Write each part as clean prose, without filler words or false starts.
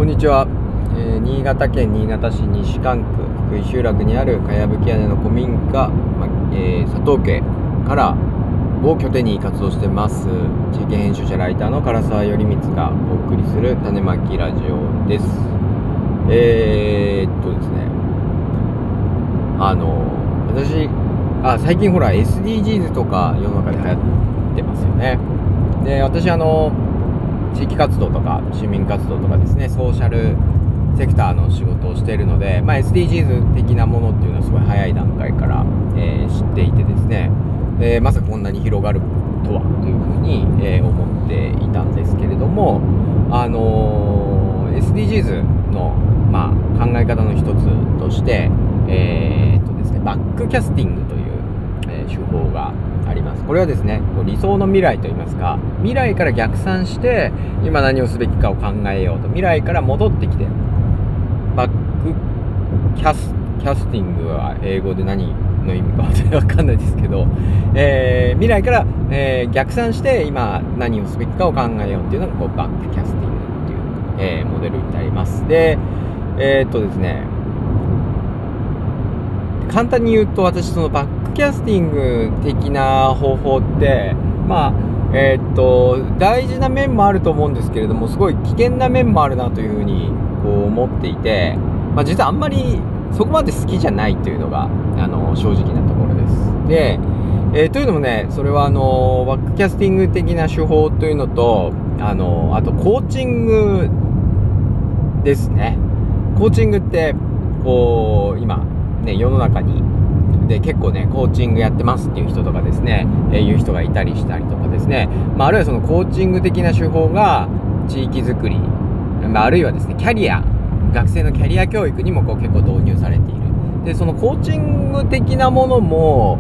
んにちは。新潟県新潟市西蒲区福井集落にあるかやぶき屋根の古民家、佐藤家からを拠点に活動してます地域編集者ライターの唐沢頼光がお送りする種まきラジオです。ですね、私最近ほら SDGs とか世の中で流行ってますよね。で、私地域活動とか市民活動とかですね、ソーシャルセクターの仕事をしているので、SDGs 的なものっていうのはすごい早い段階から、知っていてですね、まさかこんなに広がるとはというふうに、思っていたんですけれども、SDGs の、考え方の一つとして、ですね、バックキャスティングという、手法があります。これはですね、理想の未来といいますか、未来から逆算して今何をすべきかを考えようと、未来から戻ってきて、バックキャスティングは英語で何の意味か分かんないですけど、未来から、逆算して今何をすべきかを考えようっていうのがバックキャスティングっていう、モデルになります。で、ですね、簡単に言うと、私そのバックキャスティング的な方法って大事な面もあると思うんですけれども、すごい危険な面もあるなというふうに思っていて、実はあんまりそこまで好きじゃないというのが正直なところです。で、というのもね、それはバックキャスティング的な手法というのと、あとコーチングですね。コーチングって今ね、世の中にで結構ね、コーチングやってますっていう人とかですね、いう人がいたりしたりとかですね、あるいはそのコーチング的な手法が地域づくり、あるいはですね、学生のキャリア教育にも結構導入されている。で、そのコーチング的なものも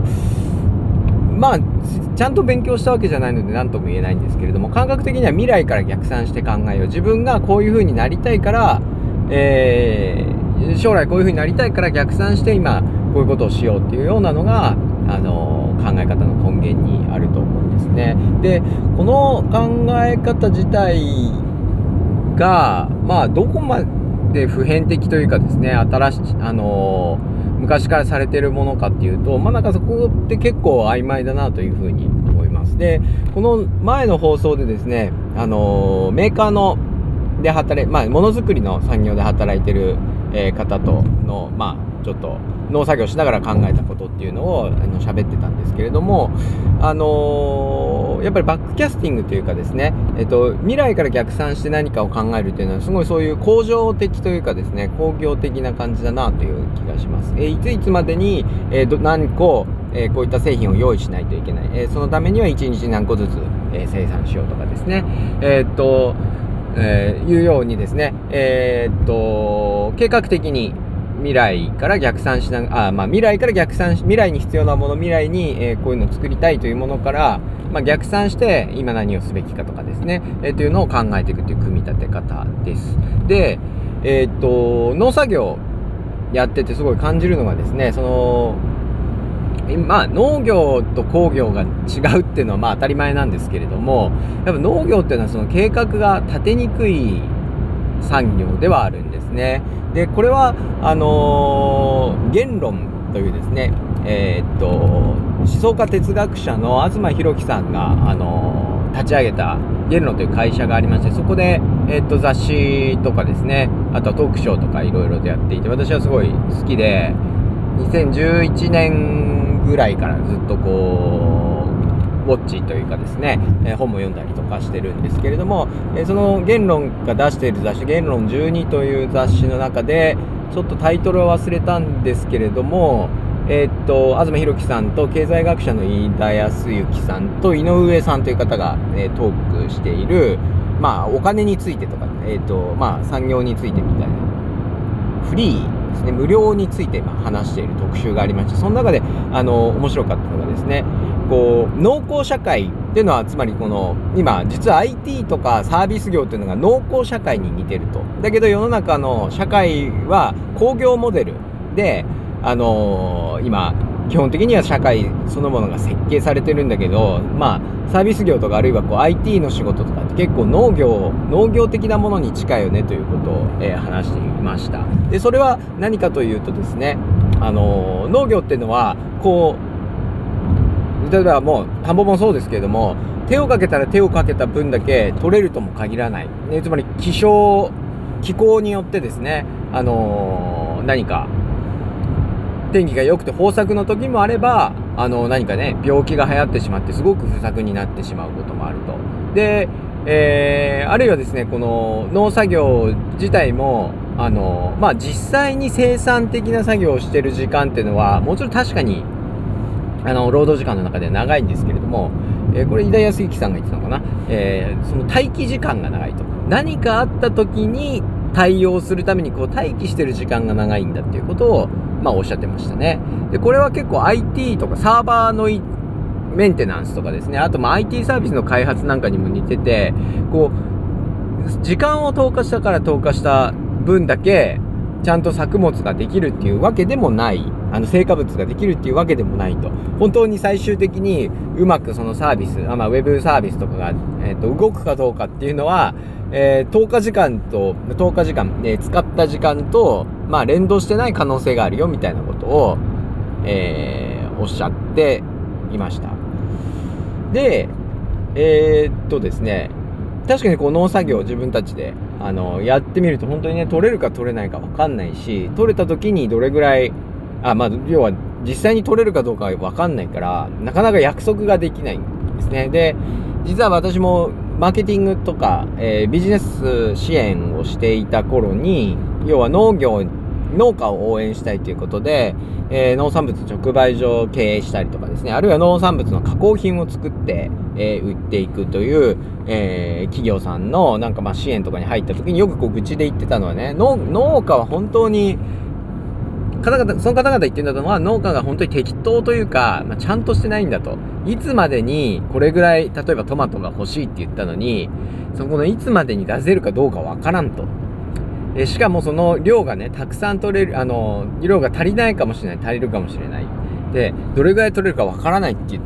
ちゃんと勉強したわけじゃないので何とも言えないんですけれども、感覚的には未来から逆算して考えよう、自分がこういう風になりたいから、将来こういう風になりたいから逆算して今こういうことをしようっていうようなのが考え方の根源にあると思うんですね。で、この考え方自体がどこまで普遍的というかですね、昔からされているものかっていうと、なんかそこって結構曖昧だなというふうに思います。で、この前の放送でですね、メーカーで働いものづくりの産業で働いてる、方とのちょっと農作業しながら考えたことっていうのを喋ってたんですけれども、やっぱりバックキャスティングというかですね、未来から逆算して何かを考えるというのはすごいそういう工場的というかですね、工業的な感じだなという気がします。いついつまでに、何個、こういった製品を用意しないといけない、そのためには1日何個ずつ、生産しようとかですね、いうようにですね、計画的に未来から逆算しながら、未来に必要なもの、未来に、こういうのを作りたいというものから、逆算して今何をすべきかとかですね、というのを考えていくという組み立て方です。で、農作業やっててすごい感じるのがですね、農業と工業が違うっていうのは当たり前なんですけれども、やっぱ農業っていうのはその計画が立てにくい産業ではあるんですね。で、これは言論というですね、思想家哲学者の東博樹さんが立ち上げた言論という会社がありまして、そこで、雑誌とかですね、あとはトークショーとかいろいろとやっていて、私はすごい好きで、2011年ぐらいからずっとウォッチというかですね、本も読んだりとかしてるんですけれども、その言論が出している雑誌、言論12という雑誌の中で、ちょっとタイトルを忘れたんですけれども、東博樹さんと経済学者の飯田康之さんと井上さんという方が、トークしている、お金についてとか、産業についてみたいなフリーですね、無料について話している特集がありまして、その中で面白かったのがですね、農耕社会っていうのは、つまり今実は IT とかサービス業っていうのが農耕社会に似てると。だけど世の中の社会は工業モデルで今基本的には社会そのものが設計されてるんだけど、サービス業とかあるいはIT の仕事とかって結構農業的なものに近いよねということを、話していました。でそれは何かというとですね、農業っていうのは例えばもう田んぼもそうですけれども、手をかけたら手をかけた分だけ取れるとも限らない、つまり気候によってですね、何か天気が良くて豊作の時もあれば、何かね病気が流行ってしまってすごく不作になってしまうこともあると。で、あるいはですね、この農作業自体も実際に生産的な作業をしている時間っていうのはもちろん確かに労働時間の中で長いんですけれども、これ井田康之さんが言ってたのかな、その待機時間が長いと。何かあった時に対応するために待機してる時間が長いんだっていうことをおっしゃってましたね。でこれは結構 IT とかサーバーのメンテナンスとかですね、あとIT サービスの開発なんかにも似てて、時間を投下したから投下した分だけちゃんと作物ができるっていうわけでもない、成果物ができるっていうわけでもないと。本当に最終的にうまくそのサービス、ウェブサービスとかが、動くかどうかっていうのは、10日時間、使った時間と、連動してない可能性があるよみたいなことを、おっしゃっていました。で、ですね、確かに農作業を自分たちでやってみると本当にね、取れるか取れないか分かんないし、取れた時にどれぐらい要は実際に取れるかどうか分かんないから、なかなか約束ができないんですね。で実は私もマーケティングとか、ビジネス支援をしていた頃に、要は農家を応援したいということで、農産物直売所を経営したりとかですね、あるいは農産物の加工品を作って、売っていくという、企業さんの支援とかに入った時によく愚痴で言ってたのはね、農家は本当にその方々言ってたのは、農家が本当に適当というか、ちゃんとしてないんだと。いつまでにこれぐらい、例えばトマトが欲しいって言ったのに、そこのいつまでに出せるかどうかわからんと。しかもその量がね、たくさん取れる、量が足りないかもしれない、足りるかもしれない。で、どれぐらい取れるかわからないって言って、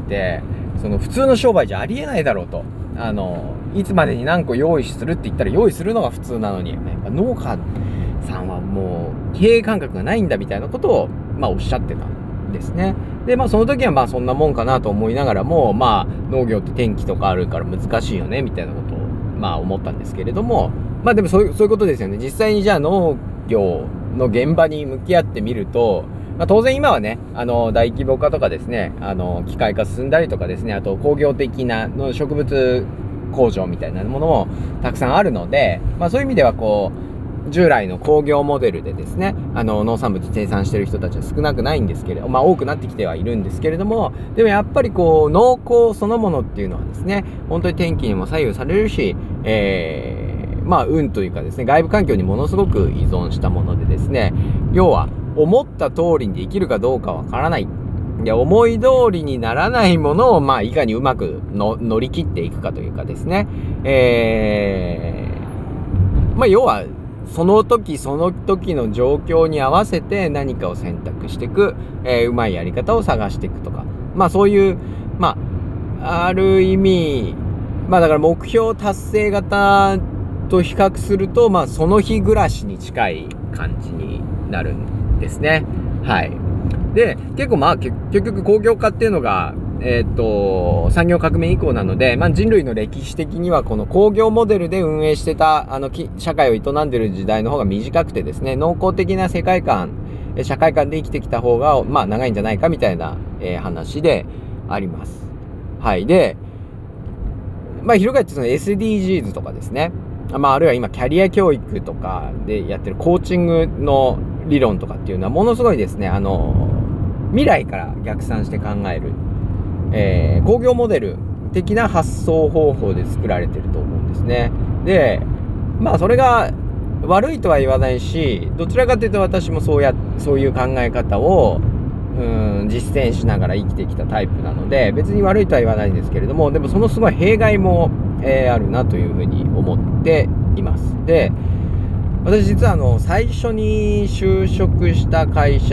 その普通の商売じゃありえないだろうと。いつまでに何個用意するって言ったら用意するのが普通なのに、やっぱ農家さんはもう経営感覚がないんだみたいなことをおっしゃってたんですね。でその時はそんなもんかなと思いながらも、農業って天気とかあるから難しいよねみたいなことを思ったんですけれども、でもそういうことですよね。実際にじゃあ農業の現場に向き合ってみると、当然今はね、大規模化とかですね、機械化進んだりとかですね、あと工業的な植物工場みたいなものもたくさんあるので、そういう意味では従来の工業モデルでですね、農産物生産している人たちは少なくないんですけれど、多くなってきてはいるんですけれども、でもやっぱり農耕そのものっていうのはですね、本当に天気にも左右されるし、運というかですね、外部環境にものすごく依存したものでですね、要は思った通りにできるかどうかわからない。で、思い通りにならないものをいかにうまく乗り切っていくかというかですね、要はその時その時の状況に合わせて何かを選択していく、うまいやり方を探していくとか、そういうある意味だから目標達成型と比較するとその日暮らしに近い感じになるんですね。はい。で結構結局工業化っていうのが産業革命以降なので、人類の歴史的にはこの工業モデルで運営してた社会を営んでる時代の方が短くてですね、農耕的な社会観で生きてきた方が長いんじゃないかみたいな、話であります。はい。で翻ってその SDGs とかですね、あるいは今キャリア教育とかでやってるコーチングの理論とかっていうのはものすごいですね、未来から逆算して考える、工業モデル的な発想方法で作られてると思うんですね。でそれが悪いとは言わないし、どちらかというと私もそういう考え方を実践しながら生きてきたタイプなので、別に悪いとは言わないんですけれども、でもそのすごい弊害も、あるなというふうに思っています。で私実は最初に就職した会社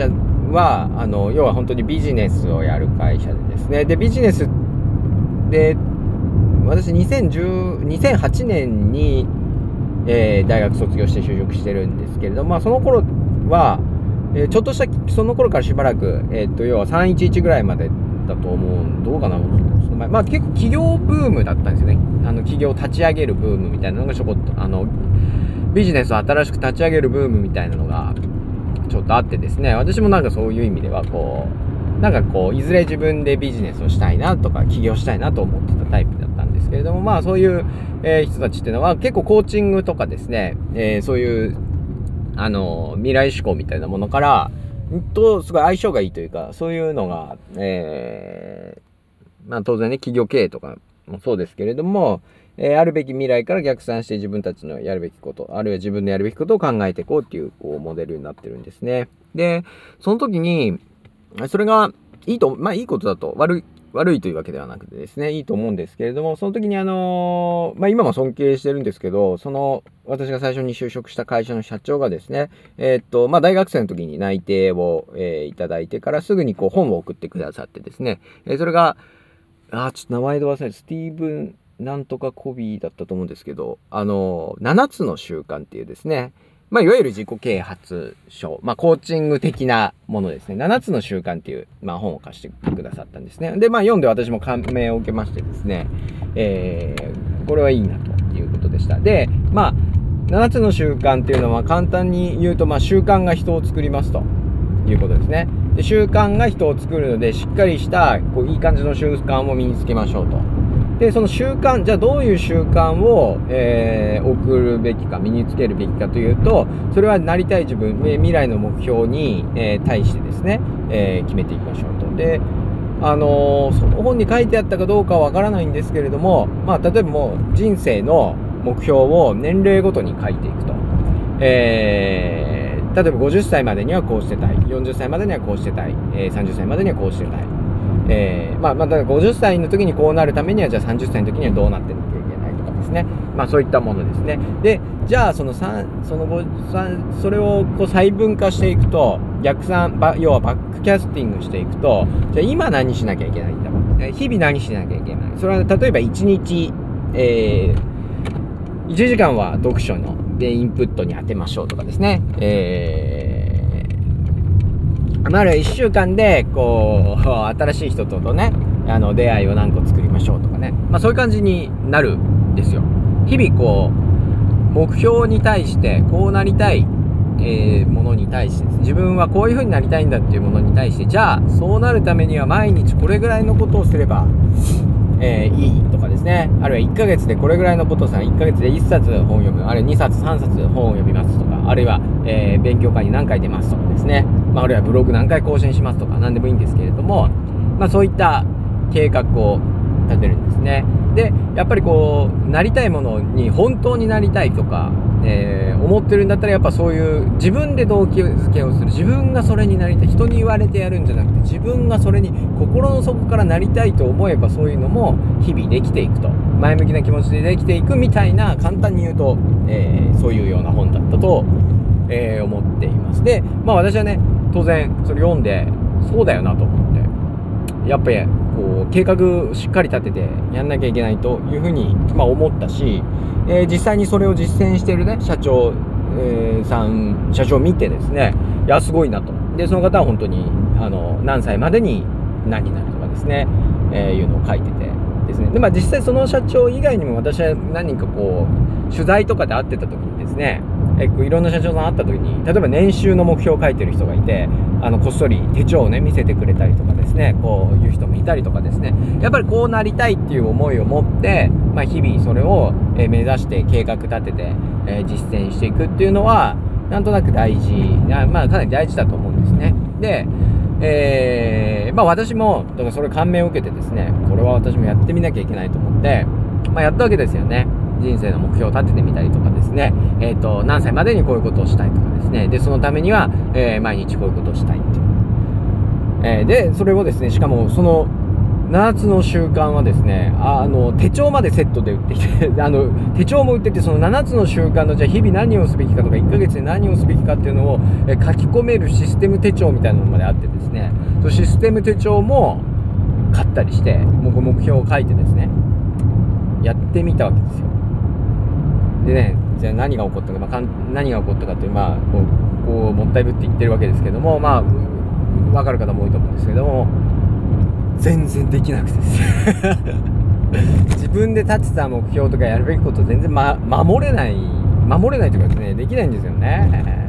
は要は本当にビジネスをやる会社でですね、でビジネスで私2008年に、大学卒業して就職してるんですけれども、その頃は、ちょっとしたその頃からしばらく、要は311ぐらいまでだと思う、どうかな、その前、結構企業ブームだったんですよね。企業を立ち上げるブームみたいなのがちょこっとビジネスを新しく立ち上げるブームみたいなのがちょっとあってですね、私もなんかそういう意味ではいずれ自分でビジネスをしたいなとか起業したいなと思ってたタイプだったんですけれども、そういう、人たちっていうのは結構コーチングとかですね、そういう未来志向みたいなものからすごい相性がいいというか、そういうのが、当然ね、企業経営とかもそうですけれども、あるべき未来から逆算して自分たちのやるべきこと、あるいは自分のやるべきことを考えていこうっていう、モデルになってるんですね。で、その時にそれがいいことだと、悪いというわけではなくてですね、いいと思うんですけれども、その時に今も尊敬してるんですけど、私が最初に就職した会社の社長がですね、大学生の時に内定を、いただいてからすぐに本を送ってくださってですね、それがちょっと名前で忘れて、スティーブンなんとかコビーだったと思うんですけど、7つの習慣っていうですね、いわゆる自己啓発書、コーチング的なものですね。7つの習慣っていう、本を貸してくださったんですね。で、読んで私も感銘を受けましてですね、これはいいなということでした。で、7つの習慣っていうのは簡単に言うと、習慣が人を作りますということですね。で、習慣が人を作るので、しっかりしたいい感じの習慣を身につけましょうと。で、その習慣、じゃあどういう習慣を、送るべきか、身につけるべきかというと、それはなりたい自分、未来の目標に、対してですね、決めていきましょうと。で、その本に書いてあったかどうかはわからないんですけれども、例えばもう人生の目標を年齢ごとに書いていくと。例えば50歳までにはこうしてたい、40歳までにはこうしてたい、30歳までにはこうしてたい。だから50歳の時にこうなるためには、じゃあ30歳の時にはどうなってなきゃいけないとかですね。そういったものですね。で、じゃあそれを細分化していくと、逆算、要はバックキャスティングしていくと、じゃあ今何しなきゃいけないんだろう。日々何しなきゃいけない。それは例えば1日、1時間は読書のインプットに当てましょうとかですね。1週間で新しい人とね、出会いを何個作りましょうとかね、そういう感じになるんですよ。日々目標に対してこうなりたい、ものに対してですね、自分はこういう風になりたいんだっていうものに対して、じゃあそうなるためには毎日これぐらいのことをすれば、いいとかですね、あるいは1ヶ月でこれぐらいのことを1ヶ月で1冊本を読む、あるいは2冊3冊本を読みますとか、あるいは、勉強会に何回出ますとかですね、あるいはブログ何回更新しますとか、何でもいいんですけれども、そういった計画を立てるんですね。で、やっぱりなりたいものに本当になりたいとか、思ってるんだったら、やっぱそういう自分で動機づけをする、自分がそれになりたい、人に言われてやるんじゃなくて、自分がそれに心の底からなりたいと思えば、そういうのも日々できていくと、前向きな気持ちでできていくみたいな、簡単に言うと、そういうような本だったと、思っています。で、私はね、当然それ読んでそうだよなと思って、やっぱり計画しっかり立ててやんなきゃいけないというふうに、思ったし、実際にそれを実践しているね社長を見てですね、いやすごいなと。で、その方は本当に何歳までに何になるとかですね、いうのを書いててですね。で、実際その社長以外にも私は何人か取材とかで会ってた時にですね、いろんな社長さん会った時に、例えば年収の目標を書いてる人がいて、こっそり手帳をね見せてくれたりとかですね、いう人もいたりとかですね、やっぱりこうなりたいっていう思いを持って、日々それを目指して計画立てて実践していくっていうのはなんとなく大事、かなり大事だと思うんですね。で、私もだからそれ感銘を受けてですね、これは私もやってみなきゃいけないと思って、やったわけですよね。人生の目標を立ててみたりとかですね、何歳までにこういうことをしたいとかですね、でそのためには、毎日こういうことをしたいっていう、でそれをですね、しかもその 7つの習慣はですね、手帳までセットで売ってきて手帳も売ってて、その7つの習慣のじゃあ日々何をすべきかとか1ヶ月で何をすべきかっていうのを書き込めるシステム手帳みたいなのまであってですね、そのシステム手帳も買ったりして、もう目標を書いてですねやってみたわけですよ。でね、じゃあ何が起こったか、何が起こったかっていう、こうもったいぶって言ってるわけですけども、分かる方も多いと思うんですけども、全然できなくてですね自分で立てた目標とかやるべきこと全然、守れないというかですね、できないんですよね。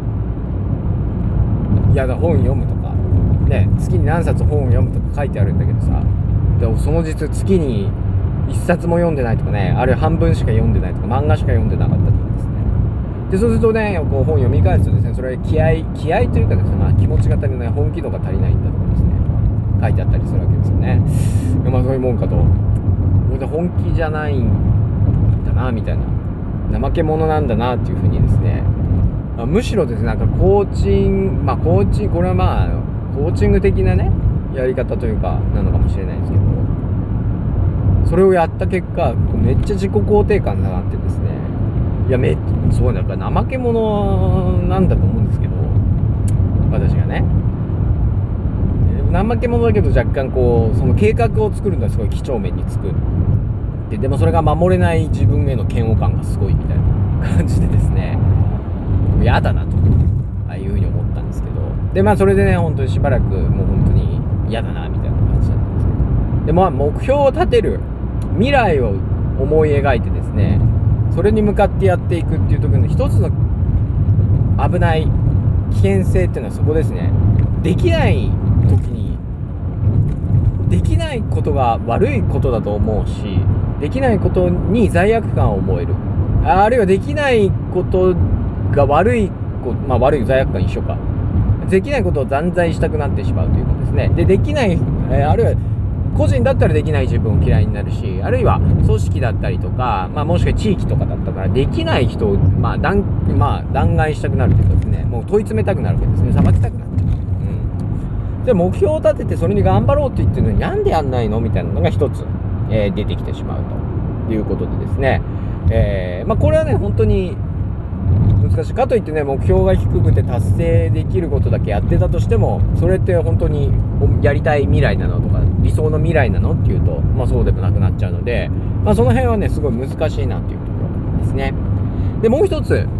いやだ、本読むとかね、月に何冊本を読むとか書いてあるんだけどさ、でその実月に1冊も読んでないとかね、あるいは半分しか読んでないとか、漫画しか読んでなかったとかですね。でそうするとね、こう本読み返すとですね、それは気合というかですね、気持ちが足りない、本気度が足りないんだとかですね、書いてあったりするわけですよね。そういうもんかと、俺本気じゃないんだなみたいな、怠け者なんだなっていうふうにですね、むしろですね、なんかコーチング、これはコーチング的なねやり方というかなのかもしれないですけど、それをやった結果めっちゃ自己肯定感が上がってですね、そうだから怠け者なんだと思うんですけど、私がね怠け者だけど若干こうその計画を作るのはすごい几帳面に作って、でもそれが守れない自分への嫌悪感がすごいみたいな感じでですね、嫌だなというふうに思ったんですけど、でそれでね本当にしばらくもう本当に嫌だなみたいな感じだったんですけど、で目標を立てる、未来を思い描いてですね、それに向かってやっていくっていう時の一つの危ない危険性っていうのはそこですね。できない時にできないことが悪いことだと思うし、できないことに罪悪感を覚える、あるいはできないことが悪い罪悪感一緒か、できないことを断罪したくなってしまうというかですね、できない、あるいは個人だったらできない自分を嫌いになるし、あるいは組織だったりとか、もしくは地域とかだったからできない人を弾劾したくなるというかですね、もう問い詰めたくなるわけですね、裁きたくなる。で目標を立ててそれに頑張ろうって言ってるのになんでやんないのみたいなのが一つ、出てきてしまうということでですね、これはね本当に難しい。かといってね、目標が低くて達成できることだけやってたとしても、それって本当にやりたい未来なのとか理想の未来なのっていうと、そうでもなくなっちゃうので、その辺はねすごい難しいなっていうところですね。でもう一つ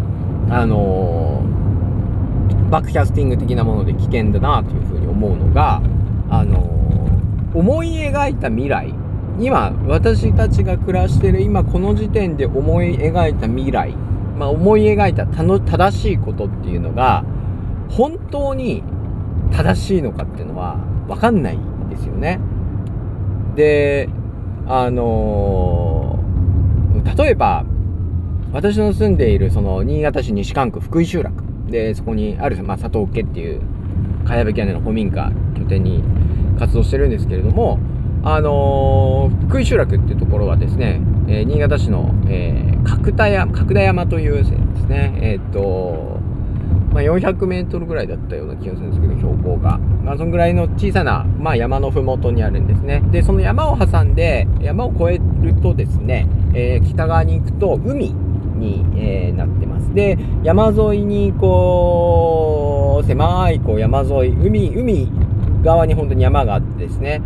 バックキャスティング的なもので危険だなというふうに思うのが、思い描いた未来、今私たちが暮らしている今この時点で思い描いた未来、思い描いた正しいことっていうのが本当に正しいのかっていうのは分かんないんですよね。で例えば私の住んでいるその新潟市西蒲区福井集落で、そこにある佐藤家っていう茅葺屋根の古民家拠点に活動してるんですけれども、福井集落っていうところはですね、新潟市の、角田山というですね、400メートルぐらいだったような気がするんですけど、標高がそのぐらいの小さな、山のふもとにあるんですね。でその山を挟んで山を越えるとですね、北側に行くと海に、なってます。で山沿いにこう狭い山沿い、海側に本当に山があってですね、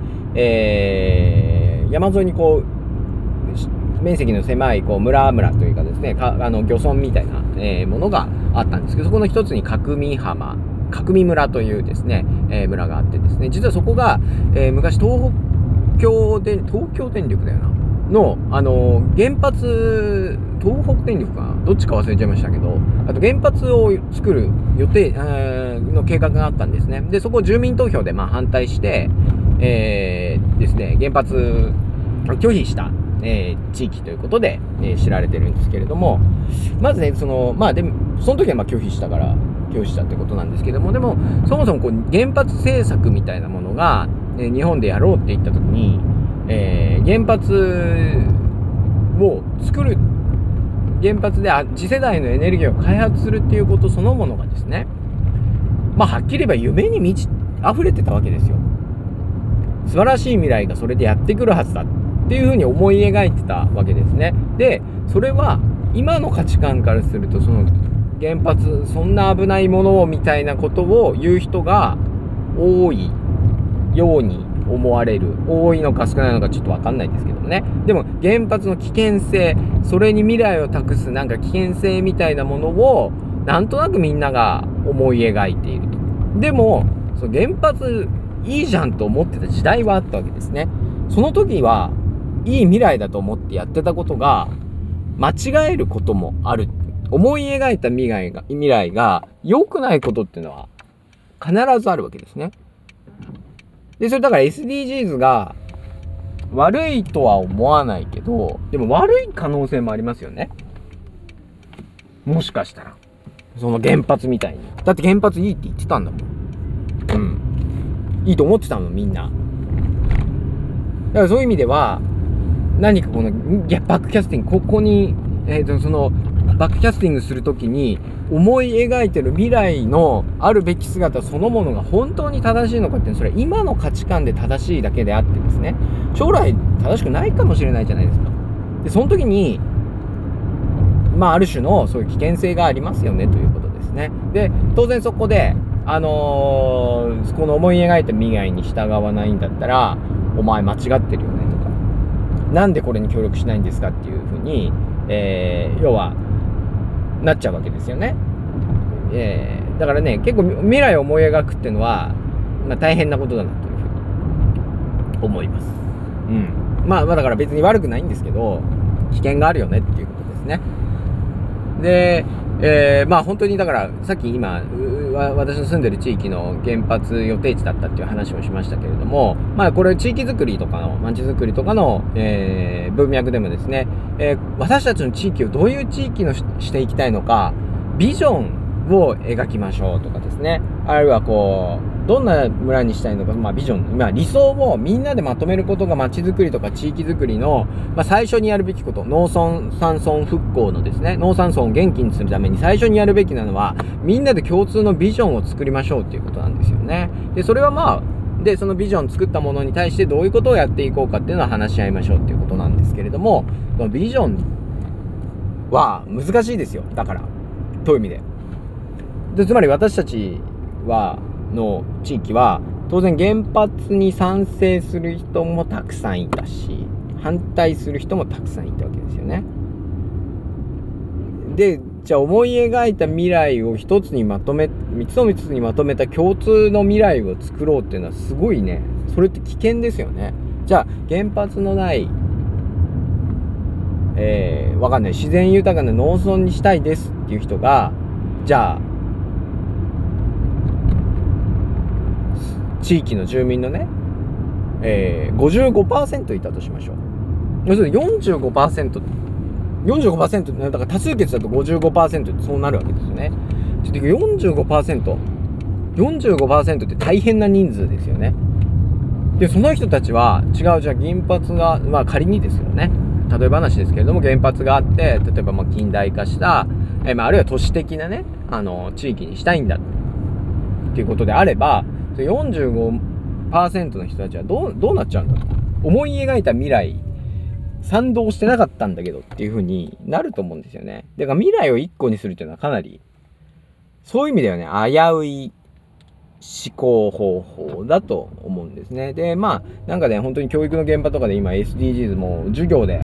山沿いに面積の狭い村というかですね、漁村みたいな、ものがあったんですけど、そこの一つに角見村というですね、村があってですね、実はそこが、昔東京電力だよなの原発、東北電力かな、どっちか忘れちゃいましたけど、あと原発を作る予定、の計画があったんですね。でそこを住民投票で反対して、ですね、原発を拒否した、地域ということで、知られてるんですけれども、まずねでもその時は拒否したってことなんですけども、でもそもそも原発政策みたいなものが、日本でやろうって言った時に、原発を作る、原発で次世代のエネルギーを開発するっていうことそのものがですね、はっきり言えば夢に溢れてたわけですよ。 素晴らしい未来がそれでやってくるはずだっていうふうに思い描いてたわけですね。でそれは今の価値観からすると、その原発そんな危ないものをみたいなことを言う人が多いように思われる。多いのか少ないのかちょっと分かんないですけどもね。でも原発の危険性、それに未来を託すなんか危険性みたいなものをなんとなくみんなが思い描いていると。でもその原発いいじゃんと思ってた時代はあったわけですね。その時はいい未来だと思ってやってたことが間違えることもある。思い描いた未来が良くないことっていうのは必ずあるわけですね。でそれだから SDGs が悪いとは思わないけど、でも悪い可能性もありますよね。もしかしたらその原発みたいに。だって原発いいって言ってたんだもん。いいと思ってたのみんな。だからそういう意味では何かこのバックキャスティング、ここにそのバックキャスティングするときに思い描いてる未来のあるべき姿そのものが本当に正しいのかっていうのは、それは今の価値観で正しいだけであってですね、将来正しくないかもしれないじゃないですか。でその時にある種のそういう危険性がありますよねということですね。で当然そこでこの思い描いた未来に従わないんだったらお前間違ってるよねとか、なんでこれに協力しないんですかっていうふうに、要はなっちゃうわけですよね。だからね、結構未来を思い描くっていうのは、大変なことだなというふうに思います。だから別に悪くないんですけど、危険があるよねっていうことですね。で、本当にだからさっき今私の住んでる地域の原発予定地だったっていう話をしましたけれども、これ地域づくりとかの町づくりとかの、文脈でもですね、私たちの地域をどういう地域にしていきたいのか、ビジョンを描きましょうとかですね、あるいはどんな村にしたいのか、ビジョン、理想をみんなでまとめることが町づくりとか地域づくりの、最初にやるべきこと、農村山村復興のですね、農山村を元気にするために最初にやるべきなのは、みんなで共通のビジョンを作りましょうっていうことなんですよね。でそれはでそのビジョンを作ったものに対してどういうことをやっていこうかっていうのを話し合いましょうっていうことなんですけれども、そのビジョンは難しいですよ。だからという意味でつまり私たちの地域は当然原発に賛成する人もたくさんいたし、反対する人もたくさんいたわけですよね。でじゃあ思い描いた未来を3つにまとめた共通の未来を作ろうっていうのはすごいね、それって危険ですよね。じゃあ原発のないわかんない自然豊かな農村にしたいですっていう人が、じゃあ地域の住民のね、55% いたとしましょう。要するに 45% だから多数決だと 55% そうなるわけですよね。45% って大変な人数ですよね。でその人たちは違う、じゃあ原発が仮にですよね、例えば話ですけれども、原発があって例えば近代化した、あるいは都市的なね地域にしたいんだっていうことであれば、45% の人たちはどうなっちゃうんだと。思い描いた未来賛同してなかったんだけどっていう風になると思うんですよね。だから未来を一個にするっていうのはかなりそういう意味ではね、危うい思考方法だと思うんですね。でなんかね、本当に教育の現場とかで今 SDGs も授業で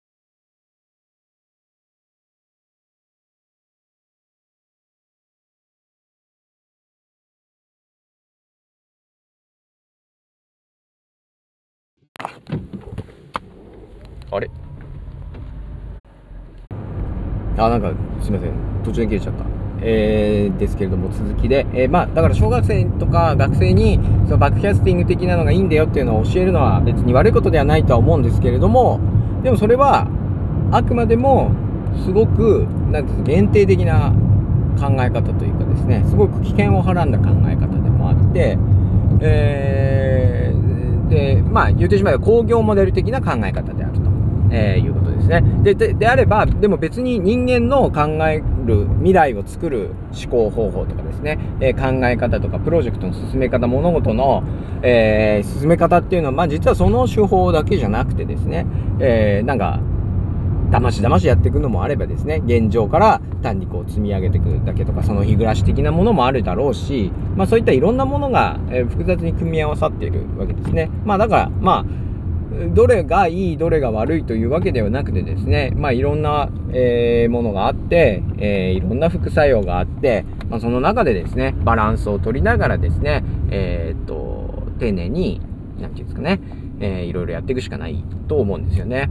あれなんかすいません、途中で切れちゃった。ですけれども続きで、だから小学生とか学生にそのバックキャスティング的なのがいいんだよっていうのを教えるのは別に悪いことではないとは思うんですけれども、でもそれはあくまでもすごく限定的な考え方というかですね、すごく危険をはらんだ考え方でもあって、で言ってしまえば工業モデル的な考え方であると、いうことですですね。であれば、でも別に人間の考える未来を作る思考方法とかですね、考え方とかプロジェクトの進め方、物事の、進め方っていうのは、実はその手法だけじゃなくてですね、なんかだましやっていくのもあればですね、現状から単にこう積み上げていくだけとか、その日暮らし的なものもあるだろうし、そういったいろんなものが、複雑に組み合わさっているわけですね。だからどれがいいどれが悪いというわけではなくてですね、いろんな、ものがあって、いろんな副作用があって、その中でですねバランスを取りながらですね、丁寧になんていうんですかね、いろいろやっていくしかないと思うんですよね。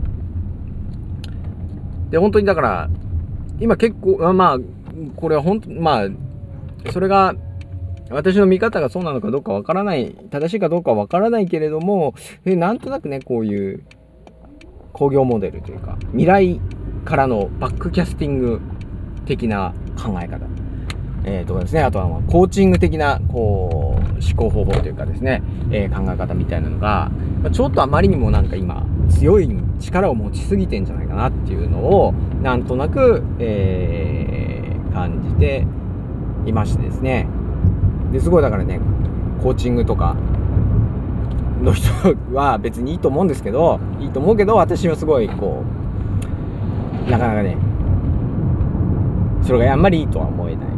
で本当にだから今結構これは本当それが私の見方がそうなのかどうかわからない、正しいかどうかわからないけれども、なんとなくねこういう工業モデルというか未来からのバックキャスティング的な考え方、とかですね、あとはコーチング的なこう思考方法というかですね、考え方みたいなのがちょっとあまりにもなんか今強い力を持ちすぎてんじゃないかなっていうのをなんとなく、感じていましてですね。ですごいだからね、コーチングとかの人は別にいいと思うんですけど、私はすごいこうなかなかねそれがあんまりいいとは思えない、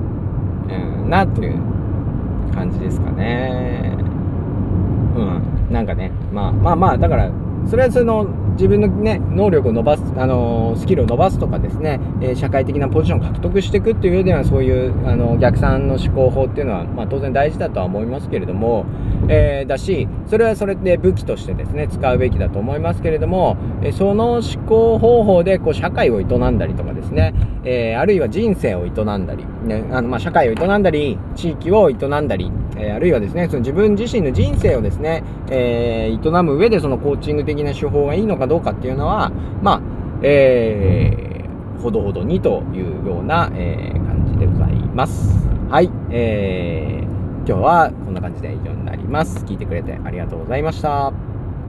なという感じですかね。なんかねだからそれはその自分のね能力を伸ばす、スキルを伸ばすとかですね、社会的なポジションを獲得していくっていう上ではそういう逆算の思考法っていうのは、当然大事だとは思いますけれども、だしそれはそれで武器としてですね使うべきだと思いますけれども、その思考方法でこう社会を営んだりとかですね、あるいは人生を営んだり、社会を営んだり地域を営んだり、あるいはですねその自分自身の人生をですね、営む上でそのコーチング的な手法がいいのかどうかっていうのはほどほどにというような、感じでございます。はい、今日はこんな感じで以上になります。聞いてくれてありがとうございました。